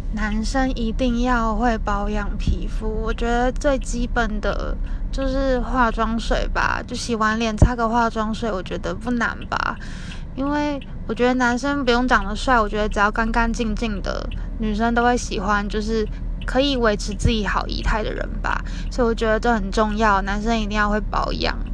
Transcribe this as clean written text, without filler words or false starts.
男生一定要会保养皮肤，我觉得最基本的就是化妆水吧，就洗完脸擦个化妆水，我觉得不难吧。因为我觉得男生不用长得帅，我觉得只要干干净净的，女生都会喜欢，就是可以维持自己好仪态的人吧。所以我觉得这很重要，男生一定要会保养。